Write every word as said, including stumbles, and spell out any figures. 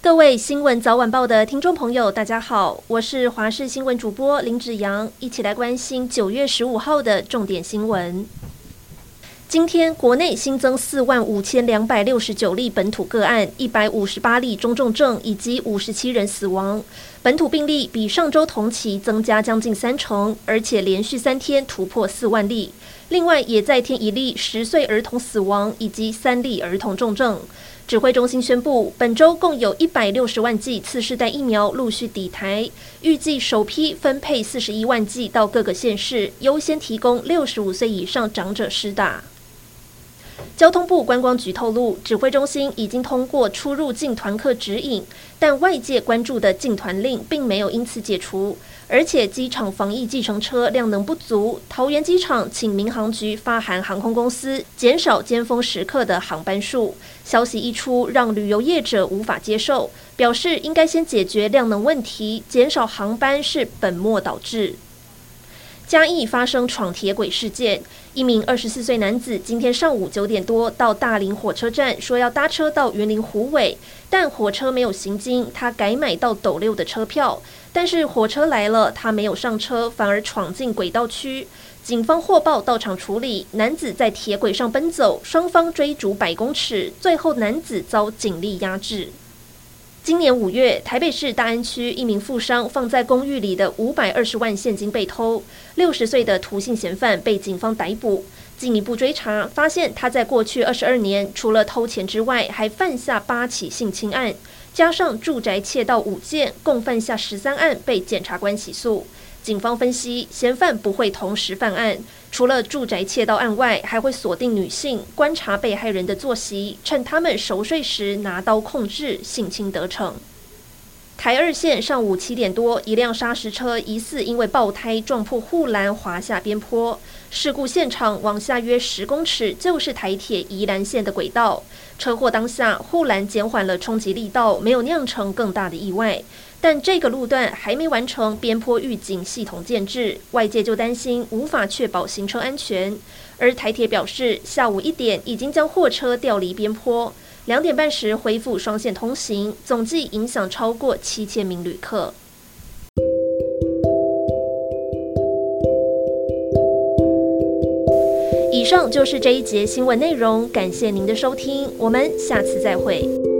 各位新闻早晚报的听众朋友，大家好，我是华视新闻主播林芷阳，一起来关心九月十五号的重点新闻。今天国内新增四万五千两百六十九例本土个案，一百五十八例中重症，以及五十七人死亡。本土病例比上周同期增加将近三成，而且连续三天突破四万例。另外，也再添一例十岁儿童死亡，以及三例儿童重症。指挥中心宣布，本周共有一百六十万剂次世代疫苗陆续抵台，预计首批分配四十一万剂到各个县市，优先提供六十五岁以上长者施打。交通部观光局透露，指挥中心已经通过出入境团客指引，但外界关注的禁团令并没有因此解除，而且机场防疫计程车量能不足，桃园机场请民航局发函航空公司减少尖峰时刻的航班数。消息一出，让旅游业者无法接受，表示应该先解决量能问题，减少航班是本末倒置。嘉义发生闯铁轨事件，一名二十四岁男子今天上午九点多到大林火车站，说要搭车到云林虎尾，但火车没有行经，他改买到斗六的车票，但是火车来了，他没有上车，反而闯进轨道区。警方获报到场处理，男子在铁轨上奔走，双方追逐百公尺，最后男子遭警力压制。今年五月，台北市大安区一名富商放在公寓里的五百二十万现金被偷，六十岁的涂姓嫌犯被警方逮捕。进一步追查，发现他在过去二十二年，除了偷钱之外，还犯下八起性侵案，加上住宅窃盗五件，共犯下十三案，被检察官起诉。警方分析，嫌犯不会同时犯案，除了住宅窃盗案外，还会锁定女性，观察被害人的作息，趁他们熟睡时拿刀控制，性侵得逞。台二线上午七点多，一辆砂石车疑似因为爆胎撞破护栏，滑下边坡。事故现场往下约十公尺，就是台铁宜兰线的轨道。车祸当下，护栏减缓了冲击力道，没有酿成更大的意外。但这个路段还没完成边坡预警系统建制，外界就担心无法确保行车安全。而台铁表示，下午一点已经将货车调离边坡，两点半时恢复双线通行，总计影响超过七千名旅客。以上就是这一节新闻内容，感谢您的收听，我们下次再会。